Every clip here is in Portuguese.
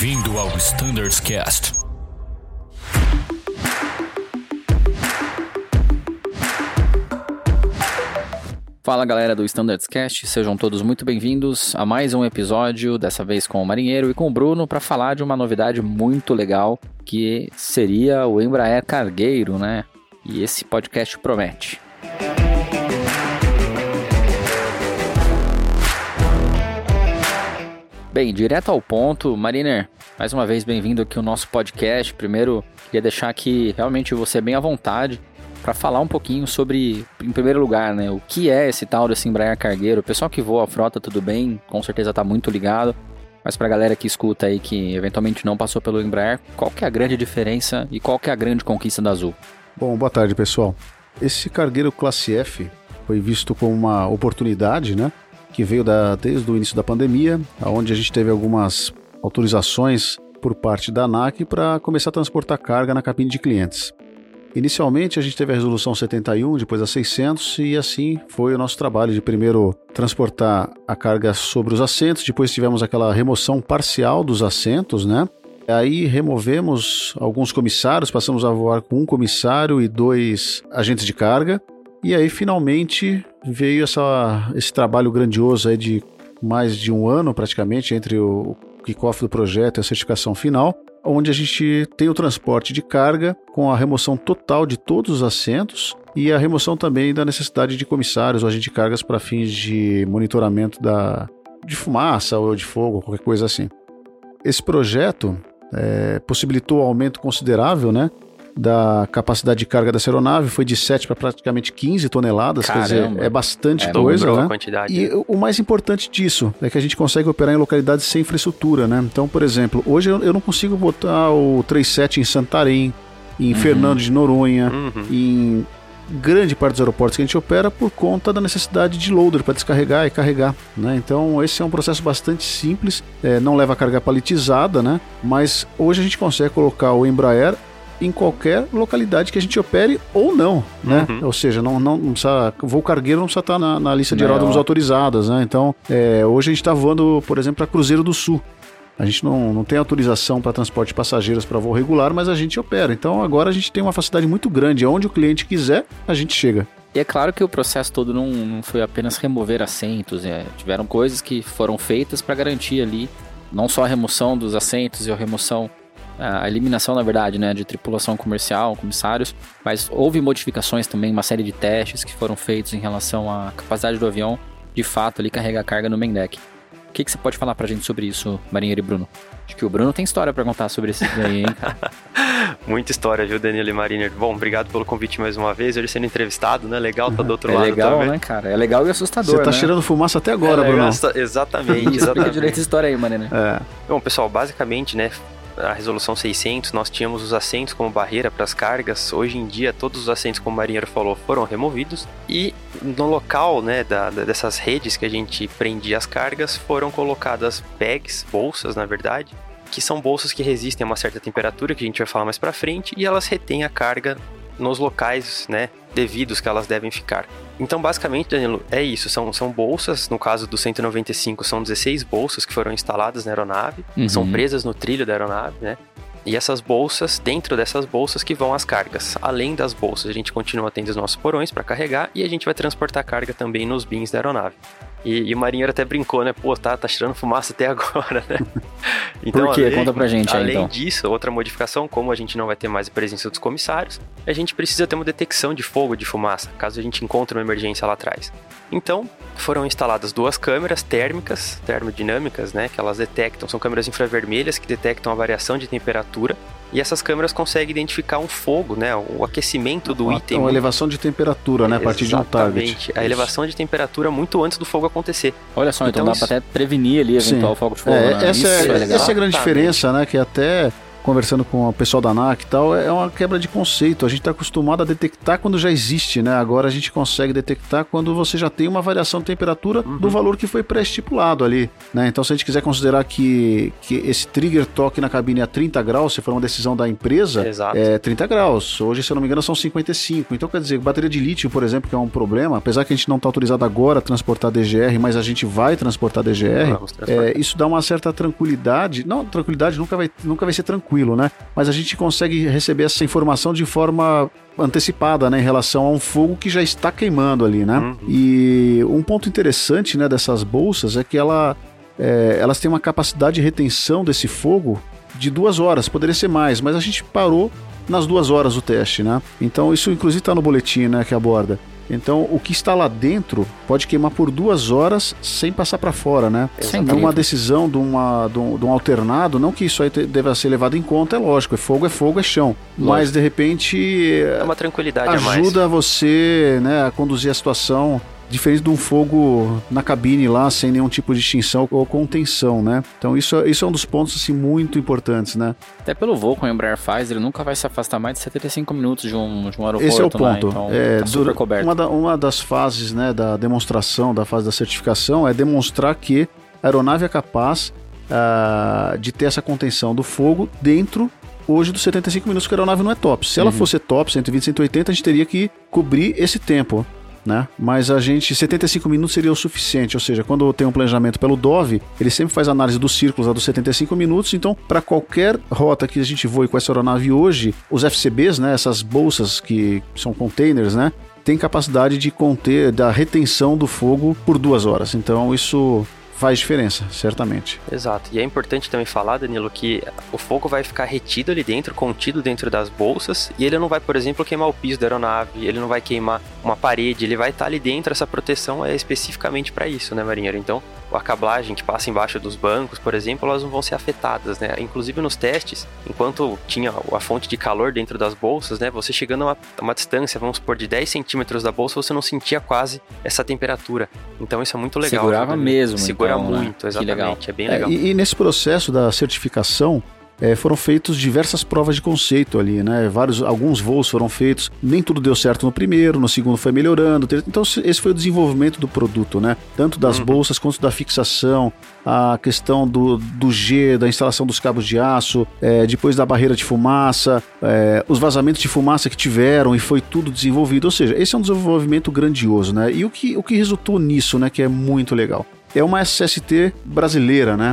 Bem-vindo ao Standards Cast. Fala galera do Standards Cast, sejam todos muito bem-vindos a mais um episódio, dessa vez com o Marinheiro e com o Bruno, para falar de uma novidade muito legal, que seria o Embraer Cargueiro, né? E esse podcast promete. Bem, direto ao ponto, Mariner, mais uma vez bem-vindo aqui ao nosso podcast. Primeiro, queria deixar aqui realmente você bem à vontade para falar um pouquinho sobre, em primeiro lugar, né, o que é esse tal desse Embraer Cargueiro. O pessoal que voa a frota, tudo bem, com certeza tá muito ligado, mas pra galera que escuta aí, que eventualmente não passou pelo Embraer, qual que é a grande diferença e qual que é a grande conquista da Azul? Bom, boa tarde, pessoal. Esse Cargueiro Classe F foi visto como uma oportunidade, né, que veio desde o início da pandemia, onde a gente teve algumas autorizações por parte da ANAC para começar a transportar carga na cabine de clientes. Inicialmente a gente teve a resolução 71, depois a 600 e assim foi o nosso trabalho de primeiro transportar a carga sobre os assentos, depois tivemos aquela remoção parcial dos assentos, né? Aí removemos alguns comissários, passamos a voar com um comissário e 2 agentes de carga e aí finalmente veio esse trabalho grandioso aí de mais de um ano praticamente entre o kickoff do projeto e a certificação final, onde a gente tem o transporte de carga com a remoção total de todos os assentos e a remoção também da necessidade de comissários ou agentes de cargas para fins de monitoramento de fumaça ou de fogo, qualquer coisa assim. Esse projeto possibilitou um aumento considerável, né, da capacidade de carga dessa aeronave, foi de 7 para praticamente 15 toneladas, Caramba. Quer dizer, é bastante coisa, né? E o mais importante disso é que a gente consegue operar em localidades sem infraestrutura, né? Então, por exemplo, hoje eu não consigo botar o 37 em Santarém, em Fernando de Noronha, em grande parte dos aeroportos que a gente opera por conta da necessidade de loader para descarregar e carregar, né? Então esse é um processo bastante simples, não leva carga palitizada, né? Mas hoje a gente consegue colocar o Embraer em qualquer localidade que a gente opere ou não, né? Ou seja, não precisa, voo cargueiro não precisa estar na lista de aeródromos autorizadas, né? Então, hoje a gente está voando, por exemplo, para Cruzeiro do Sul. A gente não tem autorização para transporte de passageiros para voo regular, mas a gente opera. Então, agora a gente tem uma facilidade muito grande. Onde o cliente quiser, a gente chega. E é claro que o processo todo não foi apenas remover assentos, tiveram coisas que foram feitas para garantir ali, não só a remoção dos assentos e a eliminação, na verdade, né, de tripulação comercial, comissários, mas houve modificações também, uma série de testes que foram feitos em relação à capacidade do avião, de fato, ali carregar carga no main deck. O que você pode falar pra gente sobre isso, Marinheiro e Bruno? Acho que o Bruno tem história pra contar sobre isso daí, hein, cara? Muita história, viu, Danilo e Mariner? Bom, obrigado pelo convite mais uma vez, ele sendo entrevistado, né? Legal, tá do outro lado legal, também. Né, cara? É legal e assustador, Você tá cheirando fumaça até agora, Bruno. Exatamente. Explica direito essa história aí, Mariner. Bom, pessoal, basicamente, né, a resolução 600, nós tínhamos os assentos como barreira para as cargas. Hoje em dia, todos os assentos, como o Marinheiro falou, foram removidos. E no local, né, dessas redes que a gente prendia as cargas, foram colocadas bags, bolsas, na verdade, que são bolsas que resistem a uma certa temperatura, que a gente vai falar mais para frente, e elas retêm a carga nos locais, né, devidos que elas devem ficar. Então, basicamente, Danilo, é isso. São bolsas, no caso do 195, são 16 bolsas que foram instaladas na aeronave, são presas no trilho da aeronave, né? E essas bolsas, dentro dessas bolsas que vão as cargas. Além das bolsas, a gente continua tendo os nossos porões para carregar e a gente vai transportar carga também nos bins da aeronave. E o Marinheiro até brincou, né? Pô, tá tirando fumaça até agora, né? Então, por quê? Conta pra gente aí, além então. disso, outra modificação, como a gente não vai ter mais a presença dos comissários, a gente precisa ter uma detecção de fogo, de fumaça, caso a gente encontre uma emergência lá atrás. Então, foram instaladas 2 câmeras térmicas, termodinâmicas, né? Que elas detectam, são câmeras infravermelhas que detectam a variação de temperatura. E essas câmeras conseguem identificar um fogo, né? O aquecimento do item. Uma elevação de temperatura, né? A partir de um target. Exatamente. A elevação de temperatura muito antes do fogo acontecer. Olha só, então dá pra até prevenir ali eventual fogo de fogo. Essa é a grande diferença, né? Que até conversando com o pessoal da ANAC e tal, é uma quebra de conceito. A gente está acostumado a detectar quando já existe, né? Agora a gente consegue detectar quando você já tem uma variação de temperatura do valor que foi pré-estipulado ali, né? Então, se a gente quiser considerar que esse trigger toque na cabine a 30 graus, se for uma decisão da empresa, é 30 graus. Hoje, se eu não me engano, são 55. Então, quer dizer, bateria de lítio, por exemplo, que é um problema, apesar que a gente não está autorizado agora a transportar DGR, mas a gente vai transportar DGR, isso dá uma certa tranquilidade. Não, tranquilidade nunca vai ser tranquilo, né? Mas a gente consegue receber essa informação de forma antecipada, né, em relação a um fogo que já está queimando ali, né? E um ponto interessante, né, dessas bolsas é que elas têm uma capacidade de retenção desse fogo de 2 horas, poderia ser mais, mas a gente parou nas 2 horas o teste, né? Então isso inclusive está no boletim, né, que aborda. Então, o que está lá dentro pode queimar por 2 horas sem passar para fora, né? É uma decisão de um alternado, não que isso aí deva ser levado em conta, é lógico, é fogo, é chão. Lógico. Mas, de repente, é uma tranquilidade a mais. Ajuda você, né, a conduzir a situação diferente de um fogo na cabine lá, sem nenhum tipo de extinção ou contenção, né? Então isso é um dos pontos, assim, muito importantes, né? Até pelo voo que o Embraer faz, ele nunca vai se afastar mais de 75 minutos de um aeroporto, esse é o ponto. Né? Então, tá super coberto. Uma das fases, né, da demonstração, da fase da certificação, é demonstrar que a aeronave é capaz de ter essa contenção do fogo dentro hoje dos 75 minutos que a aeronave não é top. Se ela fosse top, 120, 180, a gente teria que cobrir esse tempo, né? Mas 75 minutos seria o suficiente, ou seja, quando tem um planejamento pelo DOV, ele sempre faz análise dos círculos lá dos 75 minutos, então para qualquer rota que a gente voe com essa aeronave hoje, os FCBs, né, essas bolsas que são containers, né, tem capacidade de conter, da retenção do fogo por 2 horas, então isso faz diferença, certamente. Exato. E é importante também falar, Danilo, que o fogo vai ficar retido ali dentro, contido dentro das bolsas, e ele não vai, por exemplo, queimar o piso da aeronave, ele não vai queimar uma parede, ele vai estar ali dentro, essa proteção é especificamente para isso, né, marinheiro? Então, a cablagem que passa embaixo dos bancos, por exemplo, elas não vão ser afetadas, né? Inclusive nos testes, enquanto tinha a fonte de calor dentro das bolsas, né, você chegando a uma distância, vamos supor, de 10 centímetros da bolsa, você não sentia quase essa temperatura. Então isso é muito legal. Segurava mesmo. Segura muito, né? Exatamente, é bem legal. E nesse processo da certificação, foram feitos diversas provas de conceito ali, né? Alguns voos foram feitos, nem tudo deu certo no primeiro, no segundo foi melhorando. Então esse foi o desenvolvimento do produto, né? Tanto das bolsas quanto da fixação, a questão do G, da instalação dos cabos de aço, depois da barreira de fumaça, os vazamentos de fumaça que tiveram e foi tudo desenvolvido. Ou seja, esse é um desenvolvimento grandioso, né? E o que resultou nisso, né? Que é muito legal. É uma SST brasileira, né?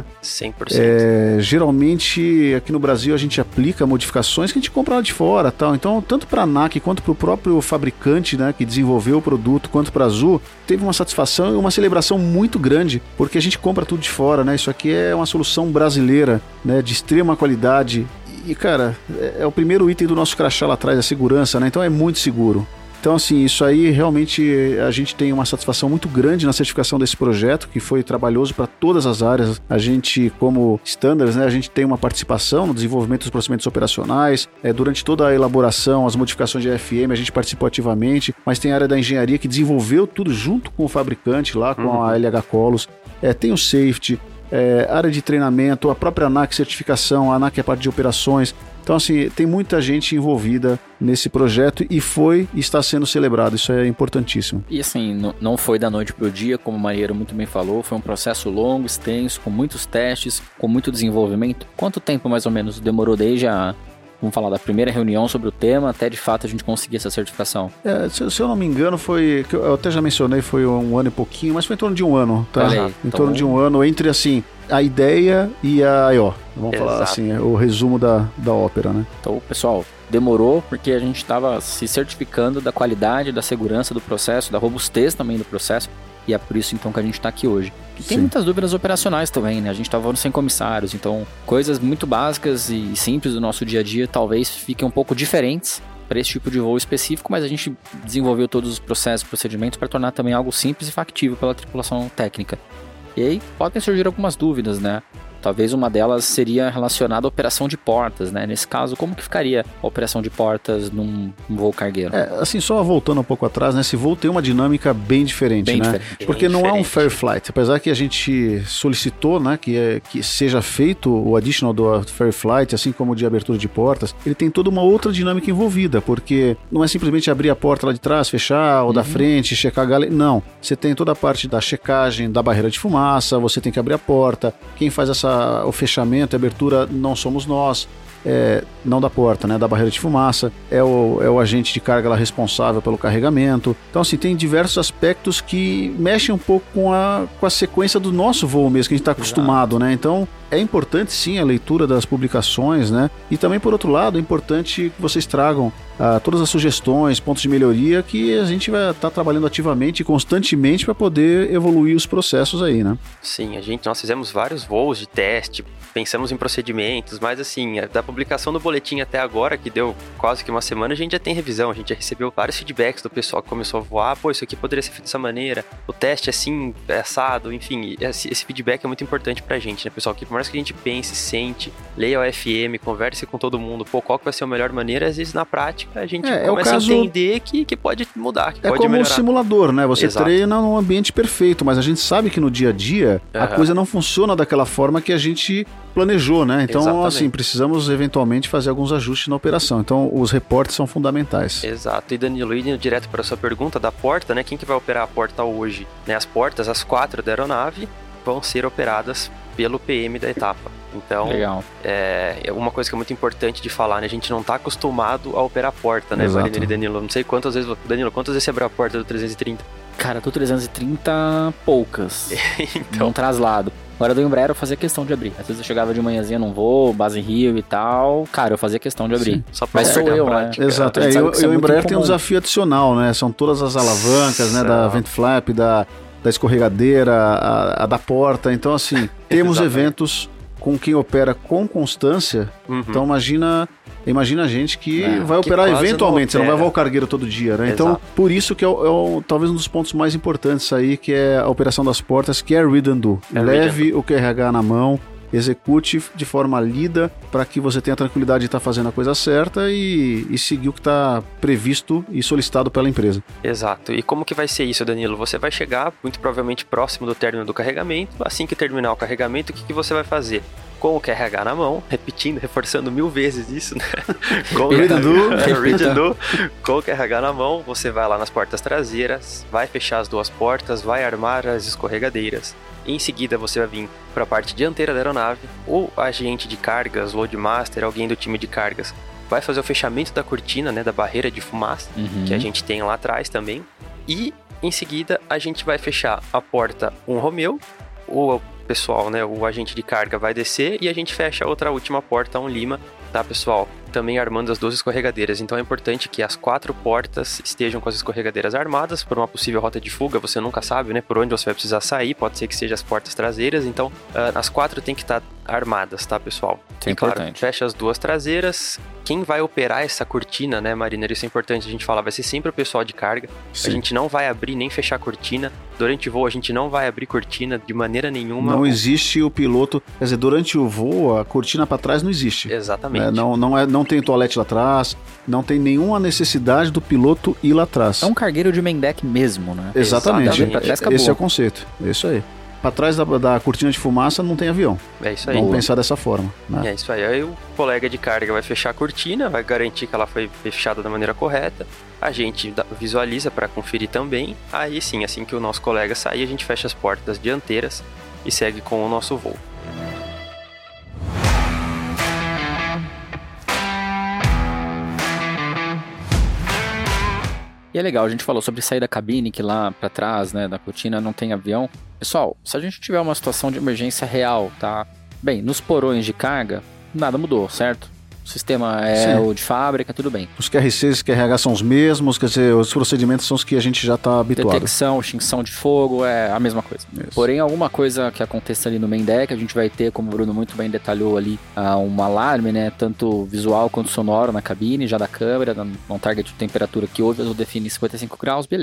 100%. Geralmente, aqui no Brasil, a gente aplica modificações que a gente compra lá de fora, tal. Então, tanto para a ANAC quanto para o próprio fabricante, né, que desenvolveu o produto, quanto para a Azul, teve uma satisfação e uma celebração muito grande, porque a gente compra tudo de fora, né? Isso aqui é uma solução brasileira, né, de extrema qualidade. E, cara, é o primeiro item do nosso crachá lá atrás, a segurança, né? Então, é muito seguro. Então, assim, isso aí realmente a gente tem uma satisfação muito grande na certificação desse projeto, que foi trabalhoso para todas as áreas. A gente, como standards, né, a gente tem uma participação no desenvolvimento dos procedimentos operacionais, durante toda a elaboração, as modificações de AFM, a gente participou ativamente, mas tem a área da engenharia que desenvolveu tudo junto com o fabricante lá, com a LH Colos, tem o safety, área de treinamento, a própria ANAC certificação, a ANAC é parte de operações. Então, assim, tem muita gente envolvida nesse projeto e está sendo celebrado. Isso é importantíssimo. E, assim, não foi da noite para o dia, como o Marinheiro muito bem falou. Foi um processo longo, extenso, com muitos testes, com muito desenvolvimento. Quanto tempo, mais ou menos, demorou desde vamos falar da primeira reunião sobre o tema, até de fato a gente conseguir essa certificação? Se eu não me engano, eu até já mencionei, foi 1 ano e pouquinho, mas foi em torno de 1 ano, tá? Em torno de 1 ano, entre, assim, a ideia e a I.O. Vamos falar assim, o resumo da ópera, né? Então, pessoal, demorou porque a gente estava se certificando da qualidade, da segurança do processo, da robustez também do processo. E é por isso, então, que a gente está aqui hoje. E tem muitas dúvidas operacionais também, né? A gente está voando sem comissários, então coisas muito básicas e simples do nosso dia a dia talvez fiquem um pouco diferentes para esse tipo de voo específico, mas a gente desenvolveu todos os processos e procedimentos para tornar também algo simples e factível pela tripulação técnica. E aí podem surgir algumas dúvidas, né? Talvez uma delas seria relacionada à operação de portas, né? Nesse caso, como que ficaria a operação de portas num voo cargueiro? Assim, só voltando um pouco atrás, né? Esse voo tem uma dinâmica bem diferente, né? Diferente. Porque não é um fair flight. Apesar que a gente solicitou, né, que seja feito o additional do fair flight, assim como o de abertura de portas, ele tem toda uma outra dinâmica envolvida, porque não é simplesmente abrir a porta lá de trás, fechar, ou da frente, checar a galera. Não. Você tem toda a parte da checagem, da barreira de fumaça, você tem que abrir a porta. Quem faz o fechamento, a abertura, não somos nós. Não da porta, né, da barreira de fumaça, é o agente de carga lá responsável pelo carregamento. Então, assim, tem diversos aspectos que mexem um pouco com a sequência do nosso voo mesmo, que a gente está acostumado, né? Então, é importante sim a leitura das publicações, né? E também, por outro lado, é importante que vocês tragam todas as sugestões, pontos de melhoria, que a gente vai estar trabalhando ativamente e constantemente para poder evoluir os processos aí, né? Sim, nós fizemos vários voos de teste, pensamos em procedimentos, mas assim, da publicação do boletim até agora, que deu quase que uma semana, a gente já tem revisão, a gente já recebeu vários feedbacks do pessoal que começou a voar, isso aqui poderia ser feito dessa maneira, o teste é assim, é assado, enfim, esse feedback é muito importante pra gente, né, pessoal, que por mais que a gente pense, sente, leia o FM, converse com todo mundo, qual que vai ser a melhor maneira, às vezes na prática a gente começa a entender que pode mudar, que pode melhorar. É como um simulador, né, você treina num ambiente perfeito, mas a gente sabe que no dia a dia a coisa não funciona daquela forma que a gente planejou, né? Então, exatamente. Assim, precisamos eventualmente fazer alguns ajustes na operação. Então, os reportes são fundamentais. Exato. E Danilo, indo direto para a sua pergunta da porta, né? Quem que vai operar a porta hoje? Né? As portas, as 4 da aeronave, vão ser operadas pelo PM da etapa. Então, legal. É uma coisa que é muito importante de falar, né? A gente não está acostumado a operar a porta, né, Marina e Danilo? Não sei quantas vezes você abriu a porta do 330? Cara, do 330, poucas. Então, um traslado. Agora do Embraer eu fazia questão de abrir. Às vezes eu chegava de manhãzinha num voo, base Rio e tal. Cara, eu fazia questão de abrir. Só pra mas sou eu, né? Exato. E o Embraer tem um desafio adicional, né? São todas as alavancas, né? Da vent flap, da escorregadeira, a da porta. Então, assim, temos eventos com quem opera com constância. Então, imagina a gente que vai operar eventualmente, você não vai voar o cargueiro todo dia, né? Então, por isso que é talvez um dos pontos mais importantes aí, que é a operação das portas, que é read and do. Leve o QRH na mão, execute de forma lida para que você tenha a tranquilidade de estar fazendo a coisa certa e seguir o que está previsto e solicitado pela empresa. Exato. E como que vai ser isso, Danilo? Você vai chegar muito provavelmente próximo do término do carregamento. Assim que terminar o carregamento, o que você vai fazer? Com o QRH na mão, reforçando 1000 vezes isso, né? Com o QRH na mão, você vai lá nas portas traseiras, vai fechar as 2 portas, vai armar as escorregadeiras. Em seguida, você vai vir para a parte dianteira da aeronave, o agente de cargas, loadmaster, alguém do time de cargas, vai fazer o fechamento da cortina, né, da barreira de fumaça, que a gente tem lá atrás também. E, em seguida, a gente vai fechar a porta Romeo, o pessoal, né, o agente de carga vai descer e a gente fecha a outra última porta, Lima, tá, pessoal? Também armando as 2 escorregadeiras. Então é importante que as 4 portas estejam com as escorregadeiras armadas por uma possível rota de fuga. Você nunca sabe, né, por onde você vai precisar sair. Pode ser que seja as portas traseiras. Então as 4 tem que estar armadas, tá, pessoal? Isso é importante. Fecha as 2 traseiras. Quem vai operar essa cortina, né, Marina? Isso é importante a gente falar. Vai ser sempre o pessoal de carga. Sim. A gente não vai abrir nem fechar a cortina. Durante o voo a gente não vai abrir cortina de maneira nenhuma. Não existe o piloto... Quer dizer, durante o voo a cortina para trás não existe. Exatamente. Não tem toalete lá atrás, não tem nenhuma necessidade do piloto ir lá atrás. É um cargueiro de main deck mesmo, né? Exatamente. Esse é o conceito. É isso aí. Para trás da cortina de fumaça não tem avião. É isso aí. Vamos pensar dessa forma, né? É isso aí. Aí o colega de carga vai fechar a cortina, vai garantir que ela foi fechada da maneira correta. A gente visualiza para conferir também. Aí sim, assim que o nosso colega sair, a gente fecha as portas dianteiras e segue com o nosso voo. E é legal, a gente falou sobre sair da cabine, que lá pra trás, né, da cortina não tem avião. Pessoal, se a gente tiver uma situação de emergência real, tá? Bem, nos porões de carga, nada mudou, certo? O sistema é o de fábrica, tudo bem. Os QRCs e QRH são os mesmos, quer dizer, os procedimentos são os que a gente já está habituado. Detecção, extinção de fogo, é a mesma coisa. Isso. Porém, alguma coisa que aconteça ali no main deck, a gente vai ter, como o Bruno muito bem detalhou ali, um alarme, né, tanto visual quanto sonoro na cabine, já da câmera, um target de temperatura que hoje eu define 55 graus, beleza.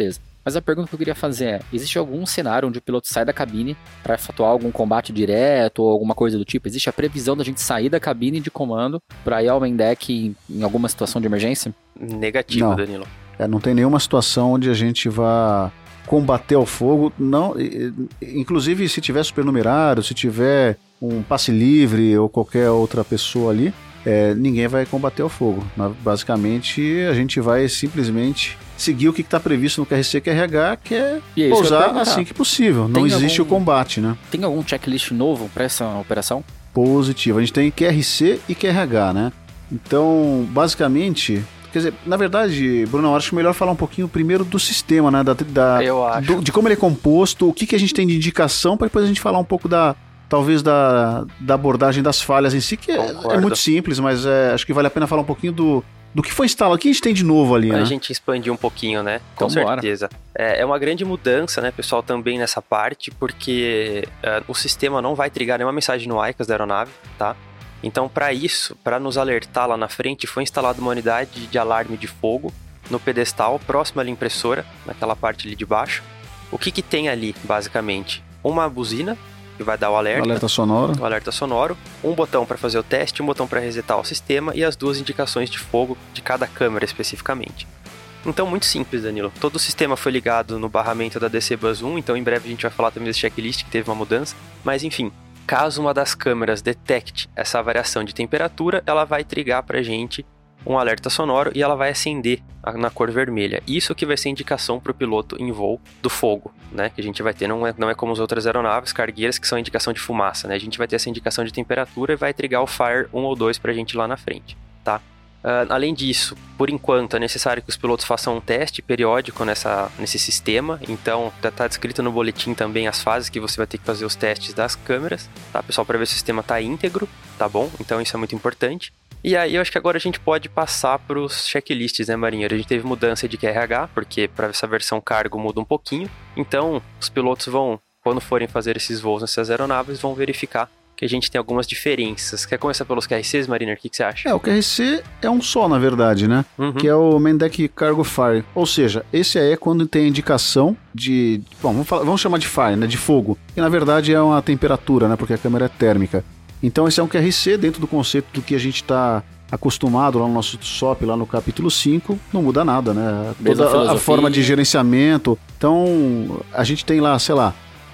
Mas a pergunta que eu queria fazer é, existe algum cenário onde o piloto sai da cabine para efetuar algum combate direto ou alguma coisa do tipo? Existe a previsão da gente sair da cabine de comando para ir ao main deck em alguma situação de emergência? Negativo, Não. Danilo. Não tem nenhuma situação onde a gente vá combater o fogo. Não, inclusive, se tiver supernumerário, se tiver um passe livre ou qualquer outra pessoa ali, ninguém vai combater o fogo. Basicamente, a gente vai simplesmente seguir o que está previsto no QRC e QRH, que é pousar assim que possível. Não existe o combate, né? Tem algum checklist novo para essa operação? Positivo. A gente tem QRC e QRH, né? Então, basicamente... Quer dizer, na verdade, Bruno, eu acho melhor falar um pouquinho primeiro do sistema, né? Eu acho. De como ele é composto, o que a gente tem de indicação, para depois a gente falar um pouco talvez da abordagem das falhas em si, que é muito simples, mas acho que vale a pena falar um pouquinho do que foi instalado. O que a gente tem de novo ali, né? A gente expandir um pouquinho, né? Com certeza. É uma grande mudança, né, pessoal, também nessa parte, porque o sistema não vai trigar nenhuma mensagem no ICAS da aeronave, tá? Então, para isso, para nos alertar lá na frente, foi instalada uma unidade de alarme de fogo no pedestal, próximo à impressora, naquela parte ali de baixo. O que tem ali, basicamente? Uma buzina, que vai dar o alerta. O alerta sonoro. Um botão para fazer o teste, um botão para resetar o sistema e as 2 indicações de fogo de cada câmera especificamente. Então, muito simples, Danilo. Todo o sistema foi ligado no barramento da DC Bus 1, então em breve a gente vai falar também desse checklist que teve uma mudança. Mas, enfim... Caso uma das câmeras detecte essa variação de temperatura, ela vai trigar pra gente um alerta sonoro e ela vai acender na cor vermelha. Isso que vai ser indicação para o piloto em voo do fogo, né? Que a gente vai ter, não é como as outras aeronaves cargueiras que são indicação de fumaça, né? A gente vai ter essa indicação de temperatura e vai trigar o Fire 1 ou 2 pra gente lá na frente, tá? Além disso, por enquanto, é necessário que os pilotos façam um teste periódico nesse sistema. Então, está descrito no boletim também as fases que você vai ter que fazer os testes das câmeras, tá, pessoal? Para ver se o sistema está íntegro, tá bom? Então, isso é muito importante. E aí, eu acho que agora a gente pode passar para os checklists, né, marinheiro? A gente teve mudança de QRH, porque para essa versão cargo muda um pouquinho. Então, os pilotos vão, quando forem fazer esses voos nessas aeronaves, vão verificar que a gente tem algumas diferenças. Quer começar pelos QRCs, Mariner? O que você acha? O QRC é um só, na verdade, né? Que é o Main Deck Cargo Fire. Ou seja, esse aí é quando tem a indicação de... Bom, vamos chamar de Fire, né? De fogo. E na verdade é uma temperatura, né? Porque a câmera é térmica. Então esse é um QRC dentro do conceito do que a gente está acostumado lá no nosso SOP, lá no capítulo 5. Não muda nada, né? Toda a forma de gerenciamento. Então, a gente tem lá, sei lá,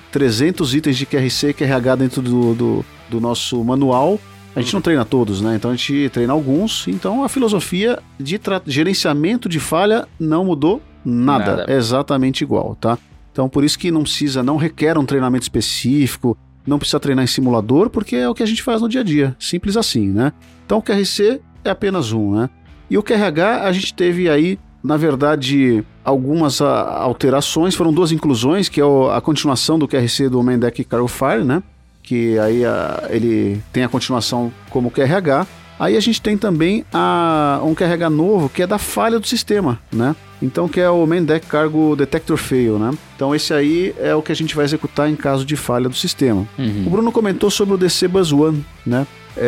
300 itens de QRC e QRH dentro do nosso manual. A gente não treina todos, né? Então a gente treina alguns. Então a filosofia de gerenciamento de falha não mudou nada. É exatamente igual, tá? Então por isso que não requer um treinamento específico, não precisa treinar em simulador, porque é o que a gente faz no dia a dia. Simples assim, né? Então o QRC é apenas um, né? E o QRH a gente teve aí, na verdade, algumas alterações, foram 2 inclusões, que é a continuação do QRC do Main Deck Cargo Fire, né? Que aí ele tem a continuação como QRH. Aí a gente tem também um QRH novo, que é da falha do sistema, né? Então, que é o Main Deck Cargo Detector Fail, né? Então, esse aí é o que a gente vai executar em caso de falha do sistema. O Bruno comentou sobre o DC Bus 1, né?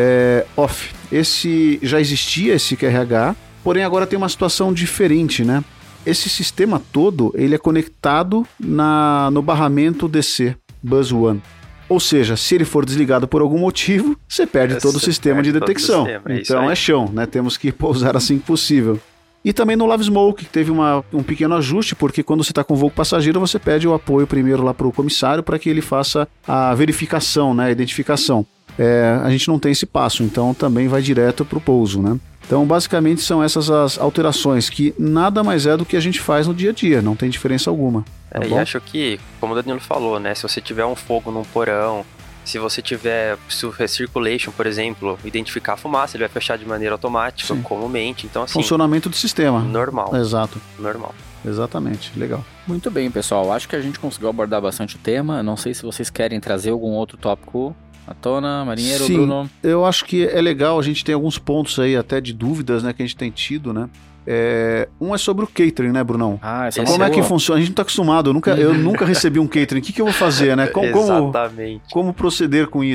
Off. Esse já existia, esse QRH, porém agora tem uma situação diferente, né? Esse sistema todo, ele é conectado no barramento DC Bus 1. Ou seja, se ele for desligado por algum motivo, você perde todo o sistema de detecção. Então é chão, né? Temos que pousar assim que possível. E também no Live Smoke, que teve um pequeno ajuste, porque quando você está com voo passageiro, você pede o apoio primeiro lá para o comissário para que ele faça a verificação, né? A identificação. A gente não tem esse passo, então também vai direto para o pouso, né? Então, basicamente, são essas as alterações, que nada mais é do que a gente faz no dia a dia, não tem diferença alguma. Tá e acho que, como o Danilo falou, né? Se você tiver um fogo num porão, se você tiver circulation, por exemplo, identificar a fumaça, ele vai fechar de maneira automática, comumente. Então, assim... Funcionamento do sistema. Normal. Exato. Normal. Exatamente, legal. Muito bem, pessoal. Acho que a gente conseguiu abordar bastante o tema. Não sei se vocês querem trazer algum outro tópico à tona, Marinheiro, Sim, Bruno. Eu acho que é legal, a gente tem alguns pontos aí até de dúvidas, né, que a gente tem tido, né? Um é sobre o catering, né, Brunão? Como é que funciona? A gente não tá acostumado, eu nunca recebi um catering. O que eu vou fazer, né? Exatamente. Como proceder com isso?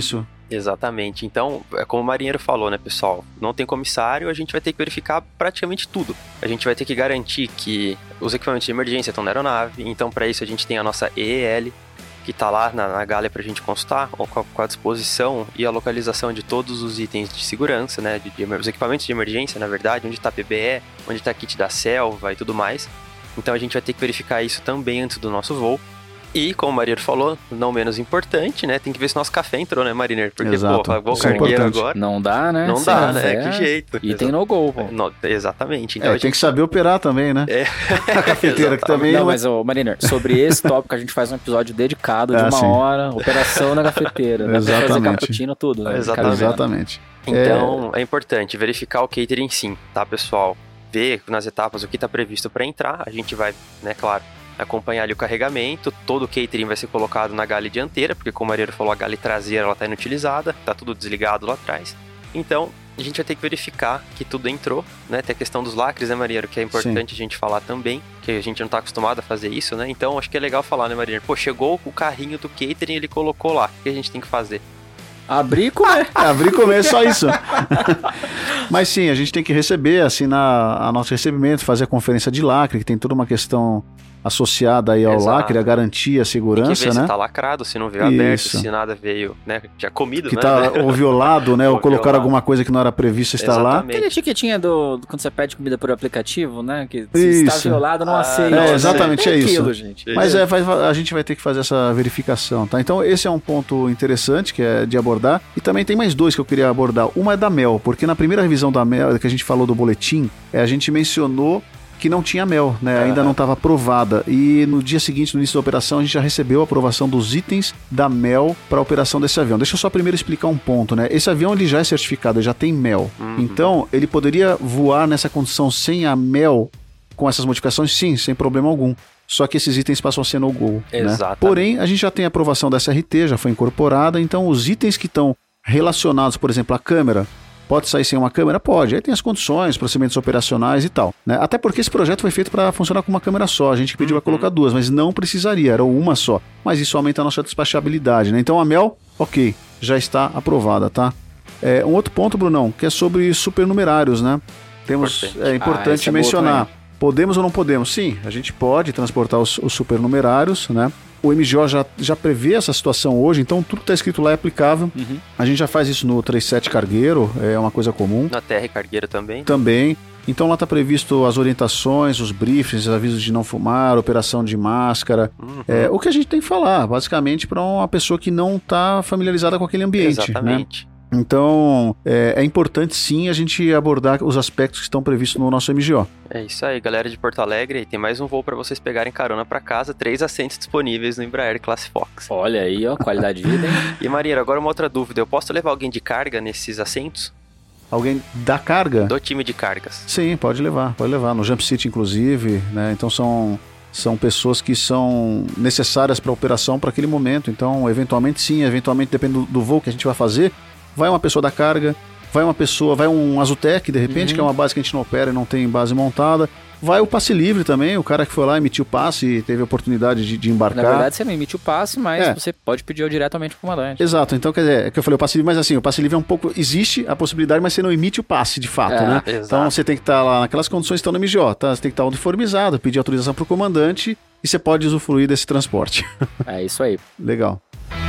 Exatamente. Então, é como o marinheiro falou, né, pessoal? Não tem comissário, a gente vai ter que verificar praticamente tudo. A gente vai ter que garantir que os equipamentos de emergência estão na aeronave. Então, para isso, a gente tem a nossa EEL, que está lá na galha para a gente consultar, com a disposição e a localização de todos os itens de segurança, né, os equipamentos de emergência, na verdade, onde está PBE, onde está kit da selva e tudo mais. Então, a gente vai ter que verificar isso também antes do nosso voo. E, como o marinheiro falou, não menos importante, né? Tem que ver se nosso café entrou, né, marinheiro? Porque, Exato. pô, vou Isso cargueiro é agora. Não dá, né? Não Sem dá, né? café. Que jeito. E tem no gol, pô. Exatamente. Então, Tem que saber operar também, né? A cafeteira que também... Não, mas, Mariner, sobre esse tópico a gente faz um episódio dedicado de uma hora, operação na cafeteira, né? Pra fazer cappuccino, tudo. Né? Exatamente. Então, é importante verificar o catering sim, tá, pessoal? Ver nas etapas o que está previsto para entrar. A gente vai, né, claro, acompanhar ali o carregamento. Todo o catering vai ser colocado na galha dianteira, porque como o marinheiro falou, a galha traseira ela está inutilizada, tá tudo desligado lá atrás. Então, a gente vai ter que verificar que tudo entrou, né? Tem a questão dos lacres, né, marinheiro, que é importante a gente falar também, que a gente não tá acostumado a fazer isso, né? Então, acho que é legal falar, né, marinheiro? Pô, chegou o carrinho do catering, ele colocou lá. O que a gente tem que fazer? Abrir e comer. Abrir e comer, só isso. Mas sim, a gente tem que receber, assinar a nosso recebimento, fazer a conferência de lacre, que tem toda uma questão associada aí ao lacre, a garantia, a segurança, tem que ver né? Se tá lacrado, se não veio aberto, se nada veio, né? Já comido, que né? Tá ou violado, né? Ou colocaram alguma coisa que não era prevista estar lá. Aquele etiquetinha quando você pede comida por aplicativo, né? Que se está violado, não aceita. Exatamente, é isso. Aquilo, gente. Mas a gente vai ter que fazer essa verificação, tá? Então esse é um ponto interessante que é de abordar. E também tem mais dois que eu queria abordar. Uma é da mel, porque na primeira revisão da mel, que a gente falou do boletim, a gente mencionou que não tinha mel, né? Ainda não estava aprovada. E no dia seguinte, no início da operação, a gente já recebeu a aprovação dos itens da mel para a operação desse avião. Deixa eu só primeiro explicar um ponto, né? Esse avião ele já é certificado, ele já tem mel. Então, ele poderia voar nessa condição sem a mel, com essas modificações? Sim, sem problema algum. Só que esses itens passam a ser no-go, né? Porém, a gente já tem a aprovação da SRT, já foi incorporada, então os itens que estão relacionados, por exemplo, à câmera, pode sair sem uma câmera? Pode. Aí tem as condições, procedimentos operacionais e tal, né? Até porque esse projeto foi feito para funcionar com uma câmera só. A gente pediu para colocar duas, mas não precisaria, era uma só. Mas isso aumenta a nossa despachabilidade, né? Então a mel, ok, já está aprovada, tá? Um outro ponto, Brunão, que é sobre supernumerários, né? É importante mencionar. Podemos ou não podemos? Sim, a gente pode transportar os supernumerários, né? O MGO já prevê essa situação hoje, então tudo que está escrito lá é aplicável. A gente já faz isso no 37 cargueiro, é uma coisa comum. Na TR cargueiro também? Também. Então lá está previsto as orientações, os briefings, avisos de não fumar, operação de máscara. O que a gente tem que falar, basicamente, para uma pessoa que não está familiarizada com aquele ambiente. Exatamente. Né? Então, é importante sim a gente abordar os aspectos que estão previstos no nosso MGO. É isso aí, galera de Porto Alegre. Tem mais um voo para vocês pegarem carona para casa. 3 assentos disponíveis no Embraer Classe Fox. Olha aí, ó, qualidade de vida, hein? E Marinheiro, agora uma outra dúvida. Eu posso levar alguém de carga nesses assentos? Alguém da carga? Do time de cargas. Sim, pode levar. No Jump City, inclusive, né? Então são pessoas que são necessárias para a operação para aquele momento. Então, eventualmente sim, eventualmente depende do voo que a gente vai fazer. Vai uma pessoa da carga, vai um Azutec, de repente, que é uma base que a gente não opera e não tem base montada. Vai o passe livre também, o cara que foi lá, emitiu o passe e teve a oportunidade de embarcar. Na verdade, você não emite o passe, mas você pode pedir diretamente pro comandante. Exato, então quer dizer, é que eu falei o passe livre, mas assim, o passe livre é um pouco, existe a possibilidade, mas você não emite o passe de fato, né? Exato. Então você tem que estar lá naquelas condições que estão no MGO, tá? Você tem que estar uniformizado, pedir autorização pro comandante e você pode usufruir desse transporte. É isso aí. Legal.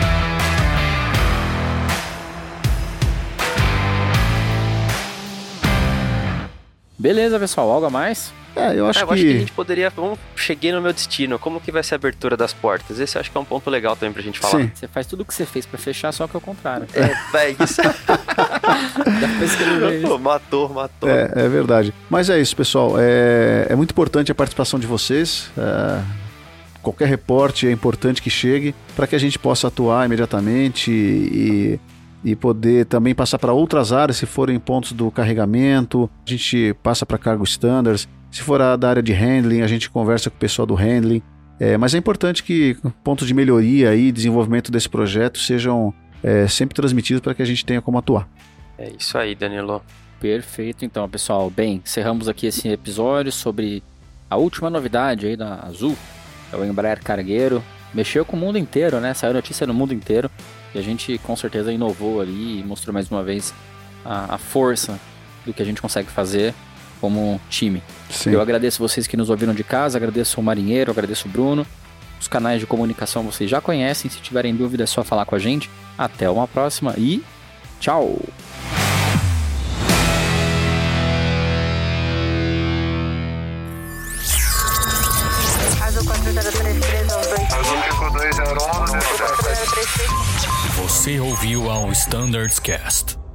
Beleza, pessoal, algo a mais? Eu acho que a gente poderia... Cheguei no meu destino, como que vai ser a abertura das portas? Esse eu acho que é um ponto legal também pra gente falar. Sim. Você faz tudo o que você fez pra fechar, só que é o contrário. Isso. Matou. É verdade. Mas é isso, pessoal. É muito importante a participação de vocês. Qualquer reporte é importante que chegue para que a gente possa atuar imediatamente e poder também passar para outras áreas, se forem pontos do carregamento, a gente passa para cargo standards. Se for da área de handling, a gente conversa com o pessoal do handling. Mas é importante que pontos de melhoria e desenvolvimento desse projeto sejam sempre transmitidos para que a gente tenha como atuar. É isso aí, Danilo. Perfeito, então, pessoal. Bem, encerramos aqui esse episódio sobre a última novidade aí da Azul, é o Embraer Cargueiro. mexeu com o mundo inteiro, né? Saiu notícia no mundo inteiro e a gente com certeza inovou ali e mostrou mais uma vez a força do que a gente consegue fazer como time. Sim. Eu agradeço vocês que nos ouviram de casa, agradeço o Marinheiro, agradeço o Bruno. Os canais de comunicação vocês já conhecem, se tiverem dúvida é só falar com a gente. Até uma próxima e tchau! Você ouviu ao Standards Cast.